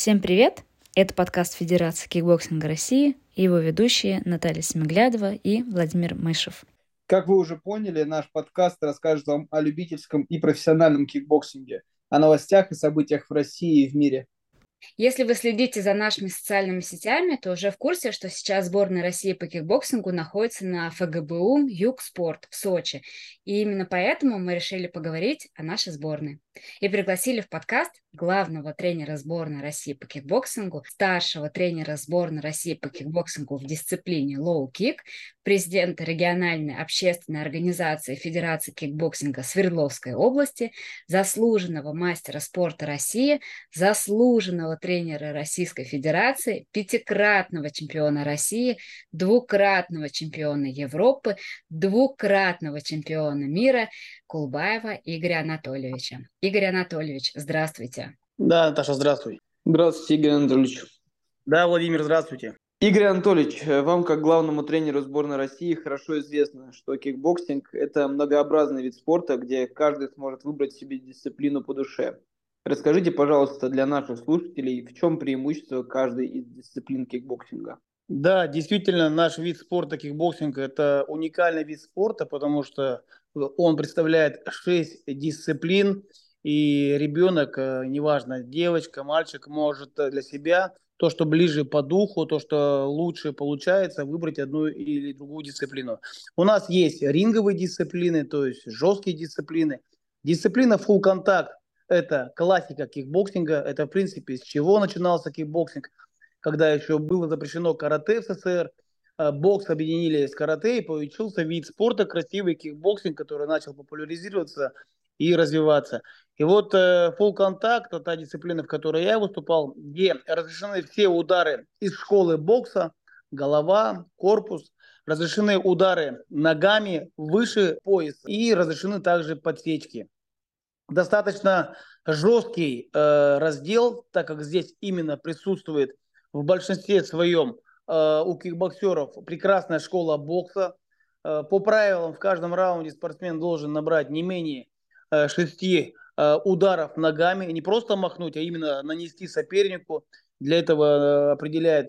Всем привет! Это подкаст Федерации кикбоксинга России и его ведущие Наталья Семиглядова и Владимир Мышев. Как вы уже поняли, наш подкаст расскажет вам о любительском и профессиональном кикбоксинге, о новостях и событиях в России и в мире. Если вы следите за нашими социальными сетями, то уже в курсе, что сейчас сборная России по кикбоксингу находится на ФГБУ «Югспорт» в Сочи. И именно поэтому мы решили поговорить о нашей сборной. И пригласили в подкаст главного тренера сборной России по кикбоксингу, старшего тренера сборной России по кикбоксингу в дисциплине лоу-кик, президента региональной общественной организации Федерации кикбоксинга Свердловской области, заслуженного мастера спорта России, заслуженного тренера Российской Федерации, пятикратного чемпиона России, двукратного чемпиона Европы, двукратного чемпиона мира Кулбаева Игоря Анатольевича. Игорь Анатольевич, здравствуйте. Да, Наташа, здравствуй. Здравствуйте, Игорь Анатольевич. Да, Владимир, здравствуйте. Игорь Анатольевич, вам, как главному тренеру сборной России, хорошо известно, что кикбоксинг – это многообразный вид спорта, где каждый сможет выбрать себе дисциплину по душе. Расскажите, пожалуйста, для наших слушателей, в чем преимущество каждой из дисциплин кикбоксинга? Да, действительно, наш вид спорта кикбоксинг – это уникальный вид спорта, потому что он представляет 6 дисциплин, и ребенок, неважно, девочка, мальчик, может для себя то, что ближе по духу, то, что лучше получается, выбрать одну или другую дисциплину. У нас есть ринговые дисциплины, то есть жесткие дисциплины. Дисциплина full контакт – это классика кикбоксинга, это, в принципе, с чего начинался кикбоксинг, когда еще было запрещено карате в СССР, бокс объединили с карате, и получился вид спорта, красивый кикбоксинг, который начал популяризироваться и развиваться. И вот full контакт, та дисциплина, в которой я выступал, где разрешены все удары из школы бокса, голова, корпус, разрешены удары ногами выше пояса и разрешены также подсечки. Достаточно жесткий раздел, так как здесь именно присутствует в большинстве своем у кикбоксеров прекрасная школа бокса. По правилам в каждом раунде спортсмен должен набрать не менее 6 ударов ногами, не просто махнуть, а именно нанести сопернику. Для этого определяет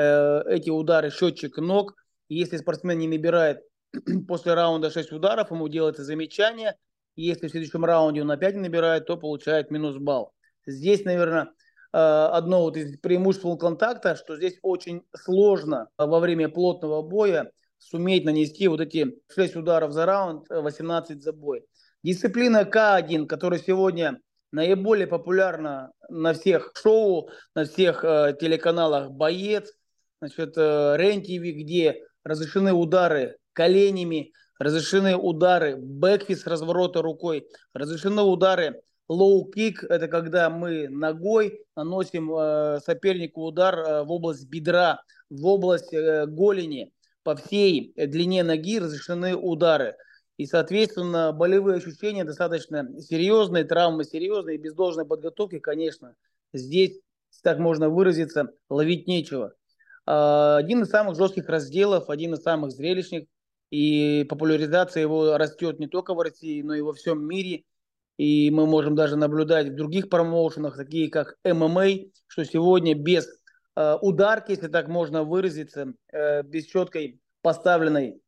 эти удары счетчик ног. Если спортсмен не набирает после раунда 6 ударов, ему делается замечание. Если в следующем раунде он опять не набирает, то получает минус балл. Здесь, наверное, одно вот из преимуществ контакта, что здесь очень сложно во время плотного боя суметь нанести вот эти 6 ударов за раунд, 18 за бой. Дисциплина К1, которая сегодня наиболее популярна на всех шоу, на всех телеканалах «Боец», значит, РЕН-ТВ, где разрешены удары коленями, разрешены удары бэкфист с разворота рукой, разрешены удары лоу-кик, это когда мы ногой наносим сопернику удар в область бедра, в область голени. По всей длине ноги разрешены удары. И, соответственно, болевые ощущения достаточно серьезные, травмы серьезные, без должной подготовки, конечно, здесь, так можно выразиться, ловить нечего. Один из самых жестких разделов, один из самых зрелищных, и популяризация его растет не только в России, но и во всем мире. И мы можем даже наблюдать в других промоушенах, такие как ММА, что сегодня без ударки, если так можно выразиться, без четкой поставленной,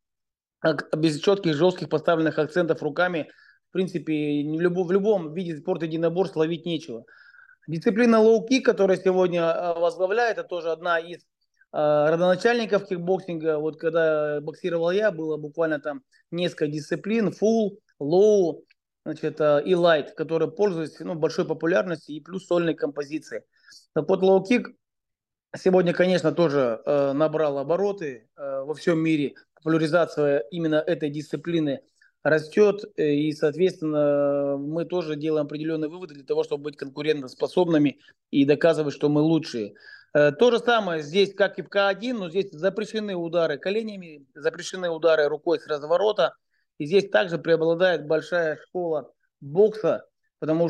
без четких жестких поставленных акцентов руками, в принципе, в любом виде спорта единоборств ловить нечего. Дисциплина лоу-кик, которая сегодня возглавляет, это тоже одна из родоначальников кикбоксинга. Вот когда боксировал я, было буквально там несколько дисциплин: full, low, значит, и light, которые пользуются большой популярностью и плюс сольной композицией. Так вот, лоу-кик сегодня, конечно, тоже набрал обороты во всем мире. Популяризация именно этой дисциплины растет, и, соответственно, мы тоже делаем определенные выводы для того, чтобы быть конкурентоспособными и доказывать, что мы лучшие. То же самое здесь, как и в К1, но здесь запрещены удары коленями, запрещены удары рукой с разворота. И здесь также преобладает большая школа бокса, потому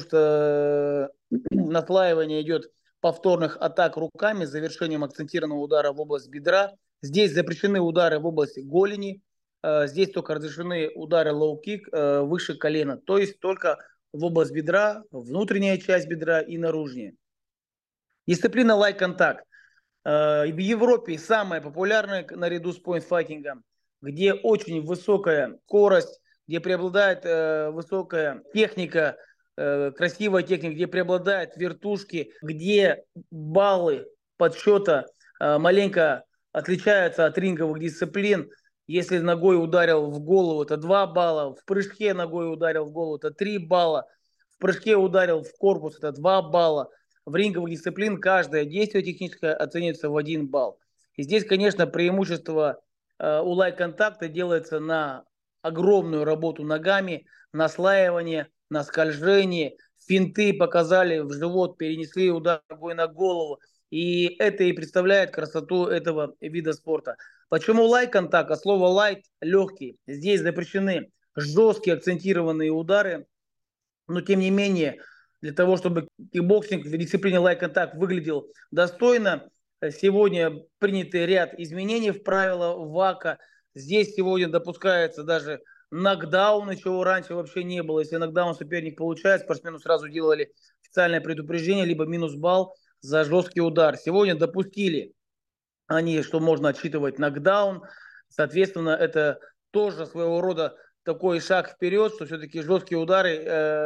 что наслаивание идет повторных атак руками с завершением акцентированного удара в область бедра. Здесь запрещены удары в области голени. Здесь только разрешены удары лоу-кик выше колена. То есть только в область бедра, внутренняя часть бедра и наружнее. Дисциплина лайк-контакт. В Европе самая популярная наряду с поинтфайтингом, где очень высокая скорость, где преобладает высокая техника, красивая техника, где преобладают вертушки, где баллы подсчета маленько отличаются от ринговых дисциплин. Если ногой ударил в голову, это 2 балла, в прыжке ногой ударил в голову, это 3 балла, в прыжке ударил в корпус, это 2 балла. В ринговых дисциплин каждое действие техническое оценивается в 1 балл. И здесь, конечно, преимущество у лайк-контакта делается на огромную работу ногами, наслаивание, на скольжение, финты показали в живот, перенесли удар ногой на голову. И это и представляет красоту этого вида спорта. Почему лайк-контакт? От слова лайт легкий. Здесь запрещены жесткие акцентированные удары, но тем не менее, для того, чтобы кикбоксинг в дисциплине лайк-контакт выглядел достойно, сегодня приняты ряд изменений в правила ВАКа. Здесь сегодня допускается даже нокдауны, чего раньше вообще не было. Если нокдаун соперник получает, спортсмену сразу делали официальное предупреждение, либо минус балл за жесткий удар. Сегодня допустили они, что можно отсчитывать нокдаун. Соответственно, это тоже своего рода такой шаг вперед, что все-таки жесткие удары,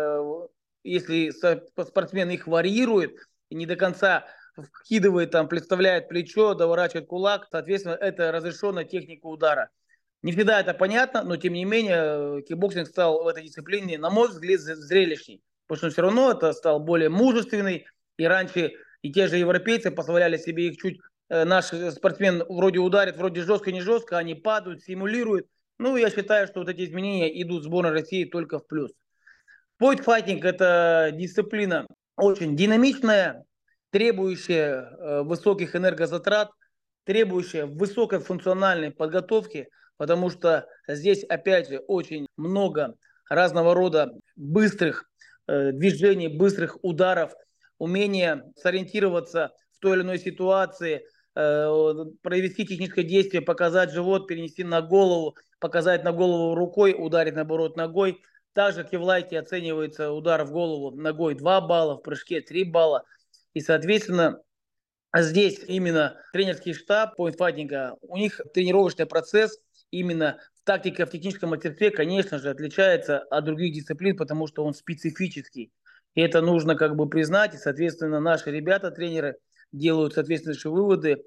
если спортсмен их варьирует и не до конца вкидывает, там, представляет плечо, доворачивает кулак, соответственно, это разрешенная техника удара. Не всегда это понятно, но тем не менее кикбоксинг стал в этой дисциплине, на мой взгляд, зрелищней, потому что все равно это стал более мужественный, и раньше и те же европейцы позволяли себе их чуть наш спортсмен вроде ударит, вроде жестко, не жестко, они падают, симулируют. Ну, я считаю, что вот эти изменения идут в сборной России только в плюс. Поинтфайтинг – это дисциплина очень динамичная, требующая высоких энергозатрат, требующая высокой функциональной подготовки, потому что здесь, опять же, очень много разного рода быстрых движений, быстрых ударов, умение сориентироваться в той или иной ситуации, провести техническое действие, показать живот, перенести на голову, показать на голову рукой, ударить наоборот ногой. Также в лайке оценивается удар в голову ногой 2 балла, в прыжке 3 балла. И, соответственно, здесь именно тренерский штаб поинтфайтинга, у них тренировочный процесс именно в тактике, в техническом мастерстве, конечно же, отличается от других дисциплин, потому что он специфический. И это нужно как бы признать, и, соответственно, наши ребята, тренеры, делают соответствующие выводы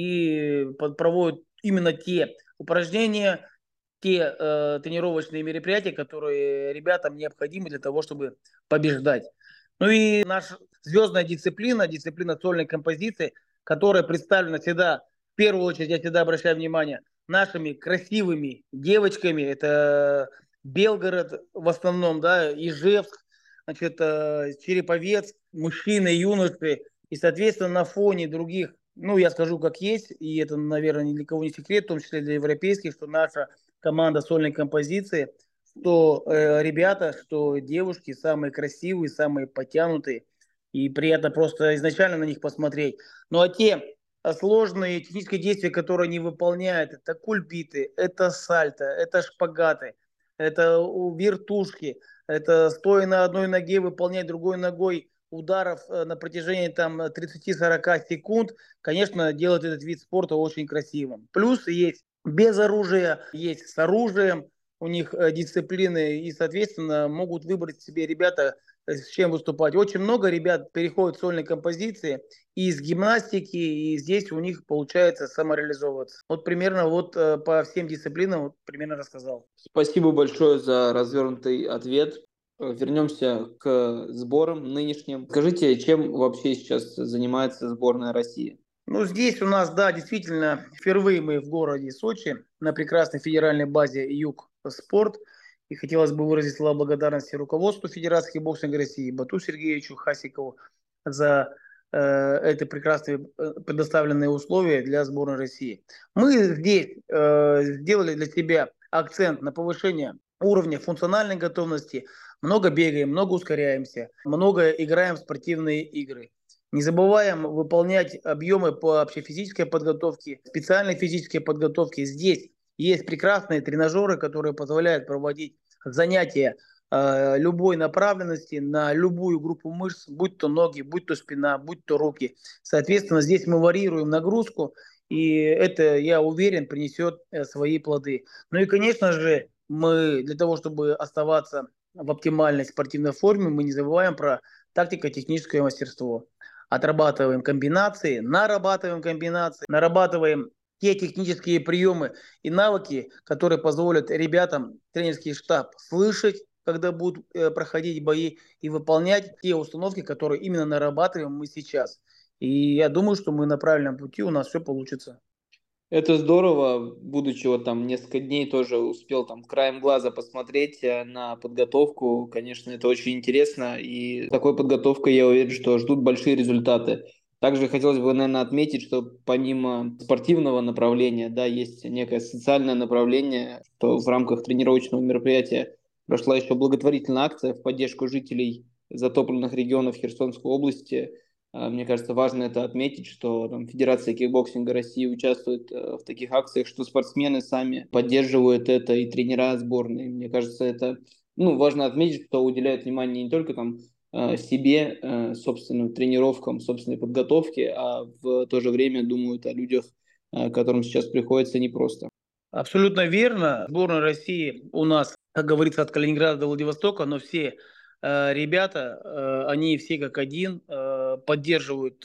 и проводят именно те упражнения, те тренировочные мероприятия, которые ребятам необходимы для того, чтобы побеждать. Ну и наша звездная дисциплина, дисциплина сольной композиции, которая представлена всегда, в первую очередь, я всегда обращаю внимание, нашими красивыми девочками. Это Белгород в основном, да, Ижевск, значит, Череповец, мужчины, юноши. И, соответственно, на фоне других, ну, я скажу как есть, и это, наверное, ни для кого не секрет, в том числе для европейских, что наша команда сольной композиции, что ребята, что девушки самые красивые, самые подтянутые, и приятно просто изначально на них посмотреть. Ну а те сложные технические действия, которые они выполняют, это кульбиты, это сальто, это шпагаты, это вертушки, это стоя на одной ноге выполнять другой ногой ударов на протяжении там 30-40 секунд, конечно, делает этот вид спорта очень красивым. Плюс есть без оружия, есть с оружием, у них дисциплины, и, соответственно, могут выбрать себе ребята, с чем выступать. Очень много ребят переходят в сольные композиции и из гимнастики, и здесь у них получается самореализовываться. Вот примерно вот по всем дисциплинам вот примерно рассказал. Спасибо большое за развернутый ответ. Вернемся к сборам нынешним. Скажите, чем вообще сейчас занимается сборная России? Ну, здесь у нас, да, действительно, впервые мы в городе Сочи на прекрасной федеральной базе Юг Спорт. И хотелось бы выразить слова благодарности руководству Федерации кикбоксинга России Бату Сергеевичу Хасикову за эти прекрасные предоставленные условия для сборной России. Мы здесь сделали для себя акцент на повышение уровня функциональной готовности. Много бегаем, много ускоряемся, много играем в спортивные игры. Не забываем выполнять объемы по общефизической подготовке, специальной физической подготовке. Здесь есть прекрасные тренажеры, которые позволяют проводить занятия любой направленности, на любую группу мышц, будь то ноги, будь то спина, будь то руки. Соответственно, здесь мы варьируем нагрузку, и это, я уверен, принесет свои плоды. Ну и, конечно же, мы для того, чтобы оставаться в оптимальной спортивной форме, мы не забываем про тактико-техническое мастерство. Отрабатываем комбинации, нарабатываем те технические приемы и навыки, которые позволят ребятам, тренерский штаб, слышать, когда будут проходить бои, и выполнять те установки, которые именно нарабатываем мы сейчас. И я думаю, что мы на правильном пути, у нас все получится. Это здорово, будучи вот там несколько дней тоже успел там краем глаза посмотреть на подготовку. Конечно, это очень интересно, и такой подготовкой я уверен, что ждут большие результаты. Также хотелось бы, наверное, отметить, что помимо спортивного направления, да, есть некое социальное направление, что в рамках тренировочного мероприятия прошла еще благотворительная акция в поддержку жителей затопленных регионов Херсонской области. Мне кажется, важно это отметить, что там, Федерация кикбоксинга России участвует в таких акциях, что спортсмены сами поддерживают это, и тренера сборной. Мне кажется, это важно отметить, что уделяют внимание не только там, себе, собственным тренировкам, собственной подготовке, а в то же время думают о людях, которым сейчас приходится непросто. Абсолютно верно. Сборная России у нас, как говорится, от Калининграда до Владивостока, но все ребята, они все как один поддерживают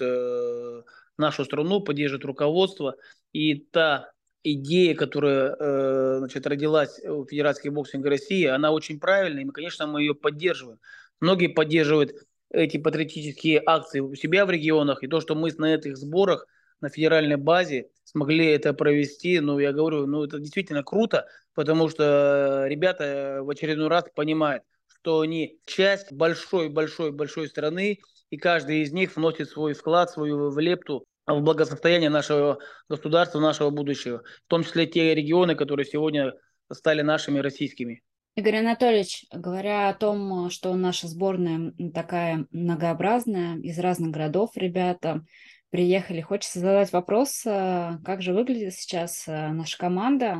нашу страну, поддерживают руководство. И та идея, которая родилась у Федерации боксинга России, она очень правильная, и, конечно, мы ее поддерживаем. Многие поддерживают эти патриотические акции у себя в регионах, и то, что мы на этих сборах на федеральной базе смогли это провести, я говорю, это действительно круто, потому что ребята в очередной раз понимают, что они часть большой-большой-большой страны, и каждый из них вносит свой вклад, свою лепту в благосостояние нашего государства, нашего будущего, в том числе те регионы, которые сегодня стали нашими российскими. Игорь Анатольевич, говоря о том, что наша сборная такая многообразная, из разных городов ребята приехали, хочется задать вопрос, как же выглядит сейчас наша команда,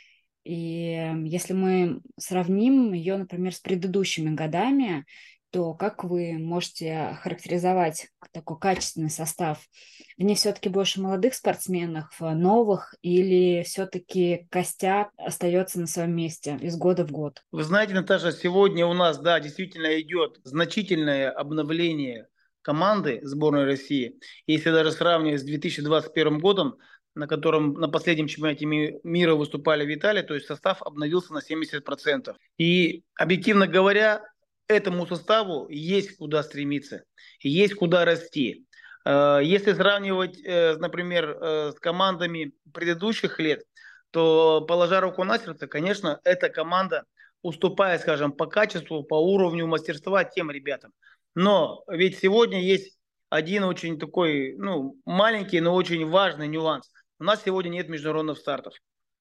и если мы сравним ее, например, с предыдущими годами, то как вы можете характеризовать такой качественный состав? В ней все-таки больше молодых спортсменов, новых, или все-таки костяк остается на своем месте из года в год? Вы знаете, Наташа, сегодня у нас, да, действительно идет значительное обновление команды сборной России. Если даже сравнивать с 2021 годом, на котором на последнем чемпионате мира выступали в Италии, то есть состав обновился на 70%. И, объективно говоря, этому составу есть куда стремиться, есть куда расти. Если сравнивать, например, с командами предыдущих лет, то, положа руку на сердце, конечно, эта команда уступает, скажем, по качеству, по уровню мастерства тем ребятам. Но ведь сегодня есть один очень такой, маленький, но очень важный нюанс. У нас сегодня нет международных стартов.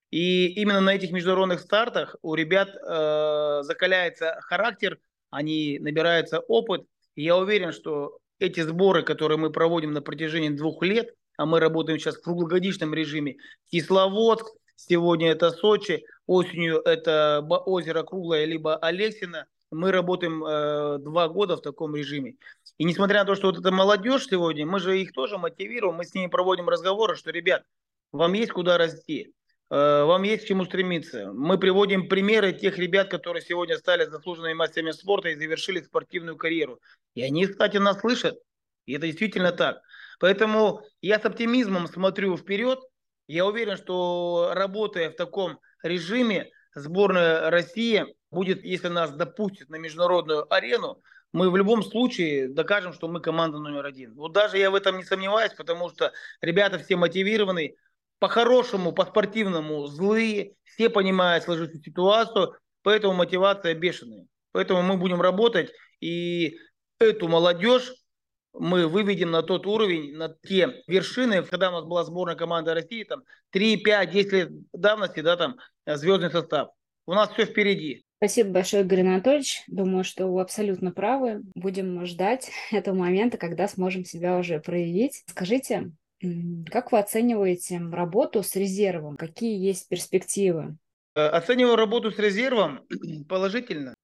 И именно на этих международных стартах у ребят закаляется характер, они набираются опыт. И я уверен, что эти сборы, которые мы проводим на протяжении 2 лет, а мы работаем сейчас в круглогодичном режиме, Кисловодск, сегодня это Сочи, осенью это озеро Круглое, либо Алексино, мы работаем 2 года в таком режиме. И несмотря на то, что вот эта молодежь сегодня, мы же их тоже мотивируем, мы с ними проводим разговоры, что, ребят, вам есть куда расти, вам есть к чему стремиться. Мы приводим примеры тех ребят, которые сегодня стали заслуженными мастерами спорта и завершили спортивную карьеру. И они, кстати, нас слышат. И это действительно так. Поэтому я с оптимизмом смотрю вперед. Я уверен, что работая в таком режиме, сборная России будет, если нас допустят на международную арену, мы в любом случае докажем, что мы команда номер 1. Вот даже я в этом не сомневаюсь, потому что ребята все мотивированы, по-хорошему, по-спортивному злые, все понимают сложившуюся ситуацию, поэтому мотивация бешеная. Поэтому мы будем работать, и эту молодежь мы выведем на тот уровень, на те вершины, когда у нас была сборная команда России, там 3, 5, 10 лет давности, да, там звездный состав. У нас все впереди. Спасибо большое, Игорь Анатольевич. Думаю, что вы абсолютно правы. Будем ждать этого момента, когда сможем себя уже проявить. Скажите, как вы оцениваете работу с резервом? Какие есть перспективы? Оцениваю работу с резервом положительно.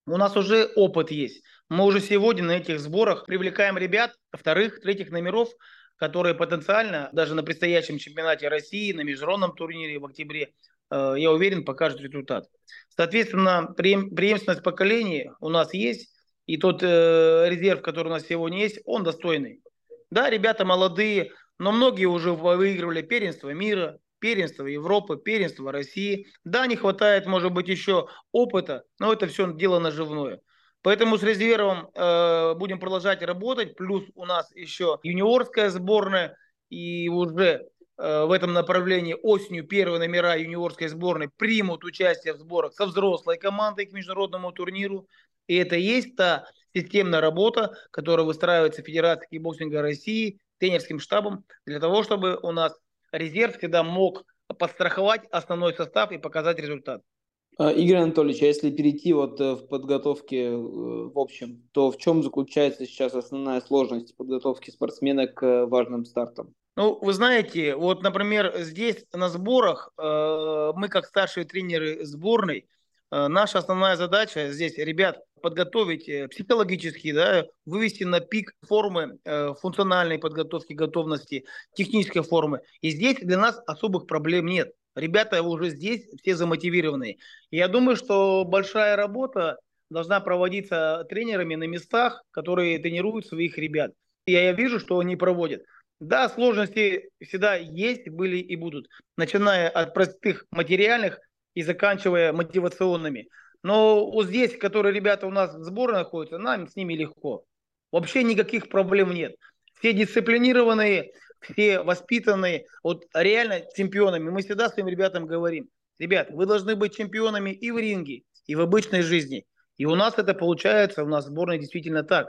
У нас уже опыт есть. Мы уже сегодня на этих сборах привлекаем ребят вторых, третьих номеров, которые потенциально даже на предстоящем чемпионате России, на международном турнире в октябре, я уверен, покажут результат. Соответственно, преемственность поколений у нас есть, и тот резерв, который у нас сегодня есть, он достойный. Да, ребята молодые, но многие уже выигрывали первенство мира, первенство Европы, первенство России. Да, не хватает, может быть, еще опыта, но это все дело наживное. Поэтому с резервом будем продолжать работать. Плюс у нас еще юниорская сборная. И уже в этом направлении осенью первые номера юниорской сборной примут участие в сборах со взрослой командой к международному турниру. И это и есть та системная работа, которая выстраивается Федерацией кикбоксинга России, тренерским штабом, для того, чтобы у нас резерв всегда мог подстраховать основной состав и показать результат. Игорь Анатольевич, а если перейти вот в подготовке в общем, то в чем заключается сейчас основная сложность подготовки спортсмена к важным стартам? Ну, вы знаете, вот, например, здесь на сборах мы, как старшие тренеры сборной, наша основная задача здесь, ребят, подготовить психологически, да, вывести на пик формы функциональной подготовки, готовности, технической формы. И здесь для нас особых проблем нет. Ребята уже здесь все замотивированные. И я думаю, что большая работа должна проводиться тренерами на местах, которые тренируют своих ребят. И я вижу, что они проводят. Да, сложности всегда есть, были и будут, начиная от простых материальных и заканчивая мотивационными. Но вот здесь, которые ребята у нас в сборной находятся, нам с ними легко. Вообще никаких проблем нет. Все дисциплинированные, все воспитанные, вот реально чемпионами. Мы всегда своим ребятам говорим: ребят, вы должны быть чемпионами и в ринге, и в обычной жизни. И у нас это получается, у нас в сборной действительно так.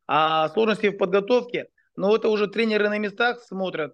А сложности в подготовке, но это уже тренеры на местах смотрят,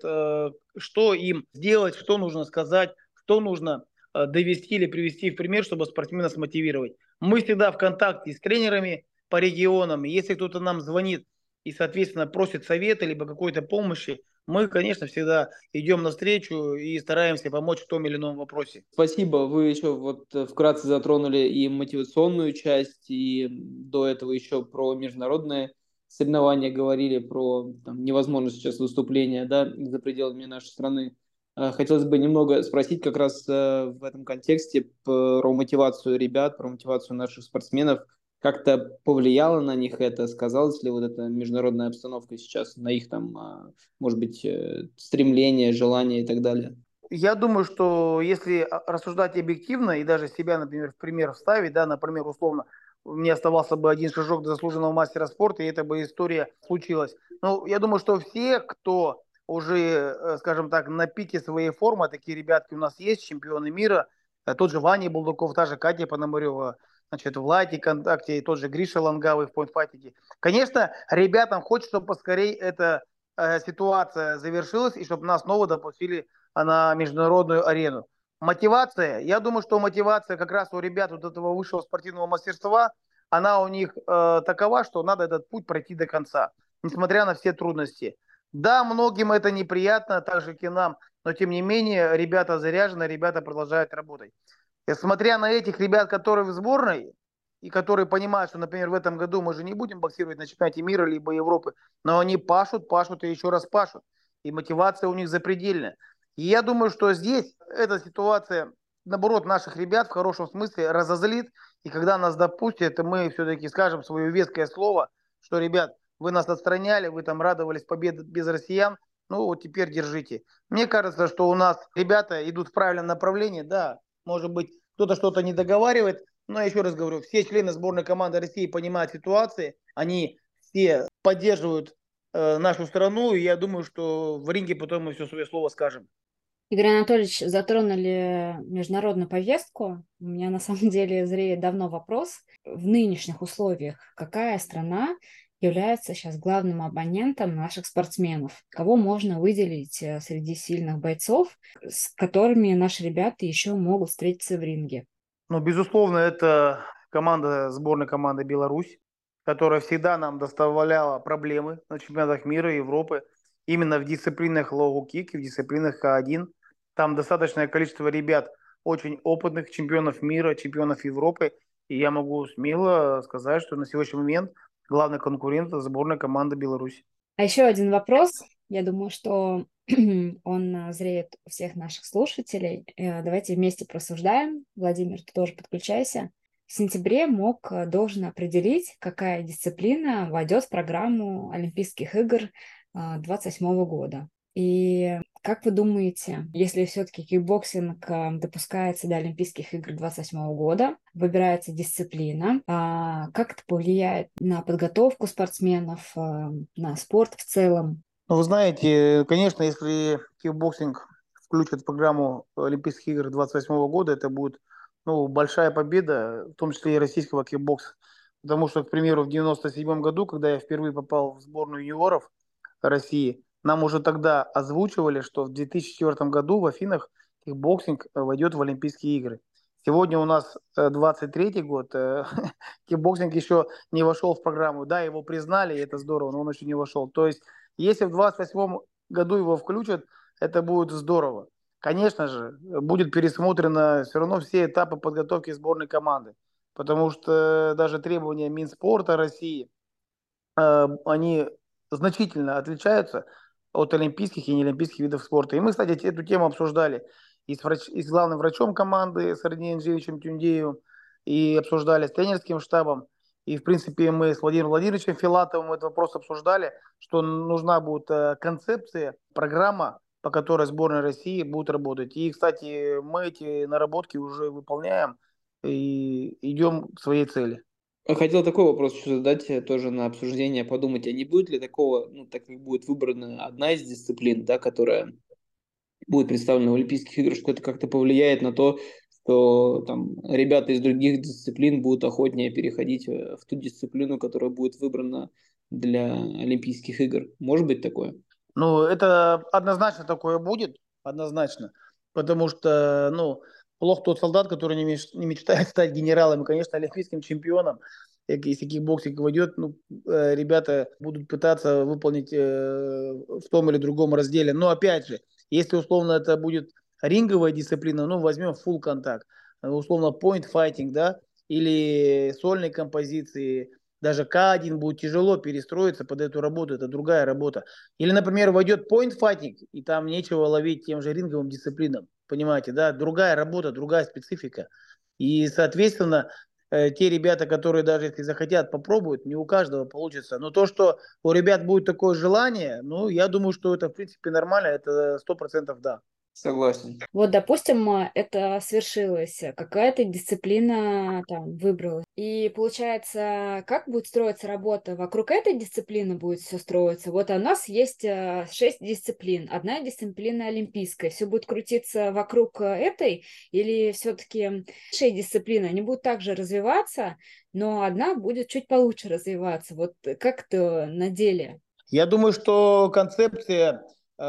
что им сделать, что нужно сказать, что нужно довести или привести в пример, чтобы спортсмена смотивировать. Мы всегда в контакте с тренерами по регионам. Если кто-то нам звонит и, соответственно, просит совета либо какой-то помощи, мы, конечно, всегда идем навстречу и стараемся помочь в том или ином вопросе. Спасибо. Вы еще вот вкратце затронули и мотивационную часть, и до этого еще про международные соревнования говорили, про там, невозможность сейчас выступления, да, за пределами нашей страны. Хотелось бы немного спросить как раз в этом контексте про мотивацию ребят, про мотивацию наших спортсменов. Как-то повлияло на них это? Сказалась ли вот эта международная обстановка сейчас на их там, может быть, стремление, желание и так далее? Я думаю, что если рассуждать объективно и даже себя, например, в пример вставить, да, например, условно, мне оставался бы один шажок до заслуженного мастера спорта, и эта бы история случилась. Но я думаю, что все, кто уже, скажем так, на пике своей формы, такие ребятки у нас есть, чемпионы мира, тот же Ваня Булдаков, та же Катя Пономарева, значит, в Лайте контакте, и тот же Гриша Лангавый в поинтфайтинге. Конечно, ребятам хочется, чтобы поскорее эта ситуация завершилась, и чтобы нас снова допустили на международную арену. Мотивация, я думаю, что мотивация как раз у ребят вот этого высшего спортивного мастерства, она у них такова, что надо этот путь пройти до конца, несмотря на все трудности. Да, многим это неприятно, так же, как и нам, но тем не менее ребята заряжены, ребята продолжают работать. И смотря на этих ребят, которые в сборной, и которые понимают, что, например, в этом году мы же не будем боксировать на чемпионате мира либо Европы, но они пашут, пашут и еще раз пашут. И мотивация у них запредельная. И я думаю, что здесь эта ситуация, наоборот, наших ребят в хорошем смысле разозлит. И когда нас допустят, мы все-таки скажем свое веское слово, что, ребят, вы нас отстраняли, вы там радовались победе без россиян, ну вот теперь держите. Мне кажется, что у нас ребята идут в правильном направлении. Да, может быть, кто-то что-то не договаривает, но я еще раз говорю, все члены сборной команды России понимают ситуацию, они все поддерживают нашу страну, и я думаю, что в ринге потом мы все свое слово скажем. Игорь Анатольевич, затронули международную повестку. У меня на самом деле зреет давно вопрос. В нынешних условиях какая страна является сейчас главным абонентом наших спортсменов? Кого можно выделить среди сильных бойцов, с которыми наши ребята еще могут встретиться в ринге? Ну, безусловно, это сборная команда Беларусь, которая всегда нам доставляла проблемы на чемпионатах мира и Европы. Именно в дисциплинах лоу-кик и в дисциплинах К1. Там достаточное количество ребят, очень опытных чемпионов мира, чемпионов Европы. И я могу смело сказать, что на сегодняшний момент главный конкурент – это сборная команда Беларуси. А еще один вопрос. Я думаю, что он зреет у всех наших слушателей. Давайте вместе просуждаем. Владимир, ты тоже подключайся. В сентябре МОК должен определить, какая дисциплина войдет в программу Олимпийских игр 2028 года. И как вы думаете, если все-таки кикбоксинг допускается до Олимпийских игр 2028 года, выбирается дисциплина, как это повлияет на подготовку спортсменов, на спорт в целом? Ну, вы знаете, конечно, если кикбоксинг включат в программу Олимпийских игр 2028 года, это будет большая победа, в том числе и российского кикбокса. Потому что, к примеру, в 1997 году, когда я впервые попал в сборную юниоров России, нам уже тогда озвучивали, что в 2004 году в Афинах кикбоксинг войдет в Олимпийские игры. Сегодня у нас 23-й год, кикбоксинг еще не вошел в программу. Да, его признали, и это здорово, но он еще не вошел. То есть, если в 2028 году его включат, это будет здорово. Конечно же, будет пересмотрено все равно все этапы подготовки сборной команды, потому что даже требования Минспорта России, они значительно отличаются от олимпийских и неолимпийских видов спорта. И мы, кстати, эту тему обсуждали и с главным врачом команды, с Ардием Анджеевичем Тюндеевым, и обсуждали с тренерским штабом. И, в принципе, мы с Владимиром Владимировичем Филатовым этот вопрос обсуждали, что нужна будет концепция, программа, по которой сборная России будет работать. И, кстати, мы эти наработки уже выполняем и идем к своей цели. Хотел такой вопрос еще задать тоже на обсуждение, подумать, а не будет ли такого, так как будет выбрана одна из дисциплин, да, которая будет представлена в Олимпийских играх, что это как-то повлияет на то, что там ребята из других дисциплин будут охотнее переходить в ту дисциплину, которая будет выбрана для Олимпийских игр. Может быть такое? Это однозначно такое будет, однозначно, потому что, плох тот солдат, который не мечтает стать генералом и, конечно, олимпийским чемпионом. Если кикбоксинг войдет, ребята будут пытаться выполнить в том или другом разделе. Но, опять же, если условно это будет ринговая дисциплина, возьмем full контакт, условно point fighting, да, или сольные композиции, даже К1 будет тяжело перестроиться под эту работу, это другая работа. Или, например, войдет point fighting, и там нечего ловить тем же ринговым дисциплинам, понимаете, да, другая работа, другая специфика. И, соответственно, те ребята, которые даже если захотят, попробуют, не у каждого получится. Но то, что у ребят будет такое желание, я думаю, что это, в принципе, нормально, это 100% да. Согласен. Вот, допустим, это свершилось, какая-то дисциплина там выбралась. И получается, как будет строиться работа? Вокруг этой дисциплины будет все строиться. Вот у нас есть 6 дисциплин. Одна дисциплина олимпийская. Все будет крутиться вокруг этой? Или все-таки 6 дисциплин, они будут также развиваться, но одна будет чуть получше развиваться? Вот как это на деле? Я думаю, что концепция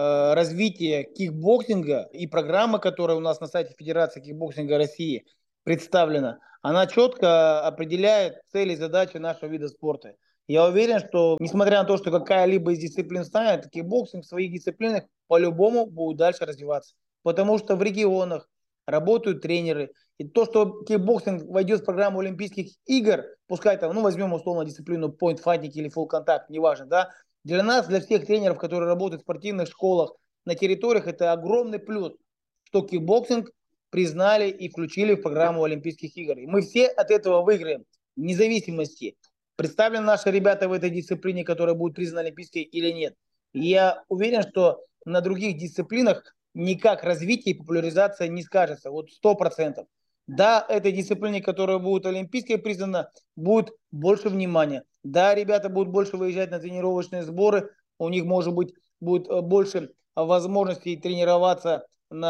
развития кикбоксинга и программа, которая у нас на сайте Федерации кикбоксинга России представлена, она четко определяет цели и задачи нашего вида спорта. Я уверен, что несмотря на то, что какая-либо из дисциплин станет, кикбоксинг в своих дисциплинах по-любому будет дальше развиваться. Потому что в регионах работают тренеры. И то, что кикбоксинг войдет в программу Олимпийских игр, пускай там, возьмем условно дисциплину point fighting или full contact, неважно, да, для нас, для всех тренеров, которые работают в спортивных школах на территориях, это огромный плюс, что кикбоксинг признали и включили в программу Олимпийских игр. И мы все от этого выиграем, вне зависимости, представлены наши ребята в этой дисциплине, которая будет признана Олимпийской или нет. И я уверен, что на других дисциплинах никак развитие и популяризация не скажется, 100%. Да, этой дисциплине, которая будет олимпийской признана, будет больше внимания. Да, ребята будут больше выезжать на тренировочные сборы, у них, может быть, будет больше возможностей тренироваться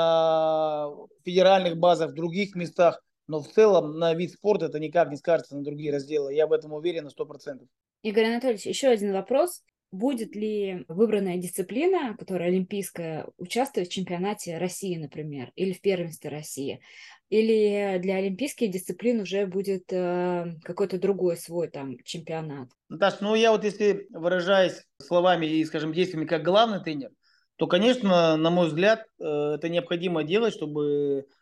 на федеральных базах в других местах, но в целом на вид спорта это никак не скажется на другие разделы. Я в этом уверен на 100%. Игорь Анатольевич, еще один вопрос. Будет ли выбранная дисциплина, которая олимпийская, участвовать в чемпионате России, например, или в первенстве России? Или для олимпийских дисциплин уже будет какой-то другой свой там чемпионат? Наташ, я если выражаясь словами и, скажем, действиями как главный тренер, то, конечно, на мой взгляд, это необходимо делать, чтобы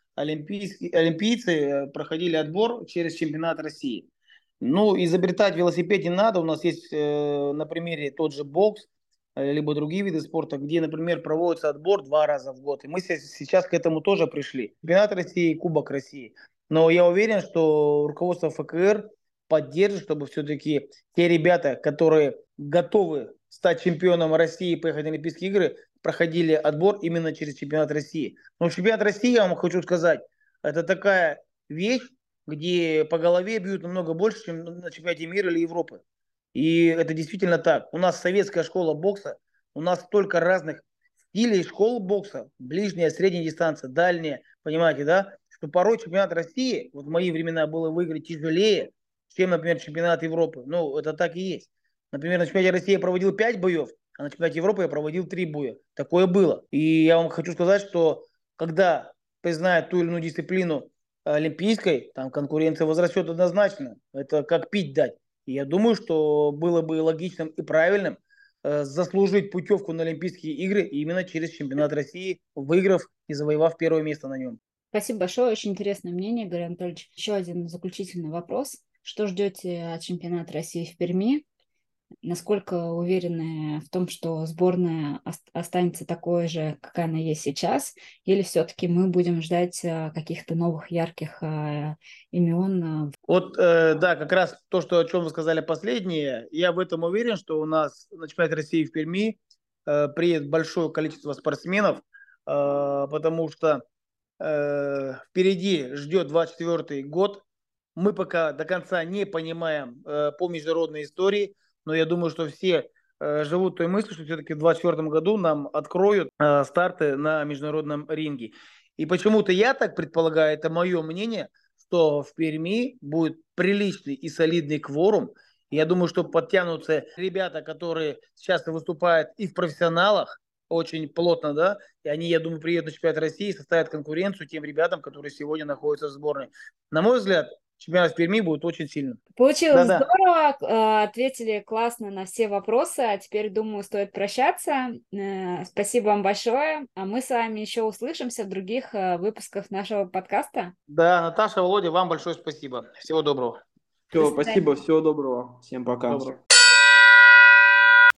олимпийцы проходили отбор через чемпионат России. Ну, изобретать велосипед не надо. У нас есть на примере тот же бокс, либо другие виды спорта, где, например, проводится отбор 2 раза в год. И мы сейчас к этому тоже пришли. Чемпионат России, Кубок России. Но я уверен, что руководство ФКР поддержит, чтобы все-таки те ребята, которые готовы стать чемпионом России и поехать на Олимпийские игры, проходили отбор именно через чемпионат России. Но чемпионат России, я вам хочу сказать, это такая вещь, где по голове бьют намного больше, чем на чемпионате мира или Европы. И это действительно так. У нас советская школа бокса, у нас столько разных стилей школ бокса, ближняя, средняя дистанция, дальняя, понимаете, да? Что порой чемпионат России, вот в мои времена было выиграть тяжелее, чем, например, чемпионат Европы. Ну, это так и есть. Например, на чемпионате России я проводил 5 боев, а на чемпионате Европы я проводил 3 боя. Такое было. И я вам хочу сказать, что когда признают ту или иную дисциплину олимпийской, там конкуренция возрастет однозначно. Это как пить дать. И я думаю, что было бы логичным и правильным заслужить путевку на Олимпийские игры именно через чемпионат России, выиграв и завоевав первое место на нем. Спасибо большое, очень интересное мнение, Игорь Анатольевич. Еще один заключительный вопрос. Что ждете от чемпионата России в Перми? Насколько уверены в том, что сборная останется такой же, какая она есть сейчас, или все-таки мы будем ждать каких-то новых ярких имен? Вот, да, как раз то, о чем вы сказали последнее, я в этом уверен, что у нас на чемпионате России в Перми приедет большое количество спортсменов, потому что впереди ждет 24-й год. Мы пока до конца не понимаем по международной истории, но я думаю, что все живут той мыслью, что все-таки в 2024 году нам откроют старты на международном ринге. И почему-то я так предполагаю, это мое мнение, что в Перми будет приличный и солидный кворум. Я думаю, что подтянутся ребята, которые сейчас выступают и в профессионалах, очень плотно, да, и они, я думаю, приедут на чемпионат России и составят конкуренцию тем ребятам, которые сегодня находятся в сборной. На мой взгляд, чемпионат в Перми будет очень сильным. Получилось Да-да. здорово, ответили классно на все вопросы, а теперь, думаю, стоит прощаться. Спасибо вам большое, а мы с вами еще услышимся в других выпусках нашего подкаста. Да, Наташа, Володя, вам большое спасибо. Всего доброго. Все, До свидания. спасибо, всего доброго. Всем пока. Доброго.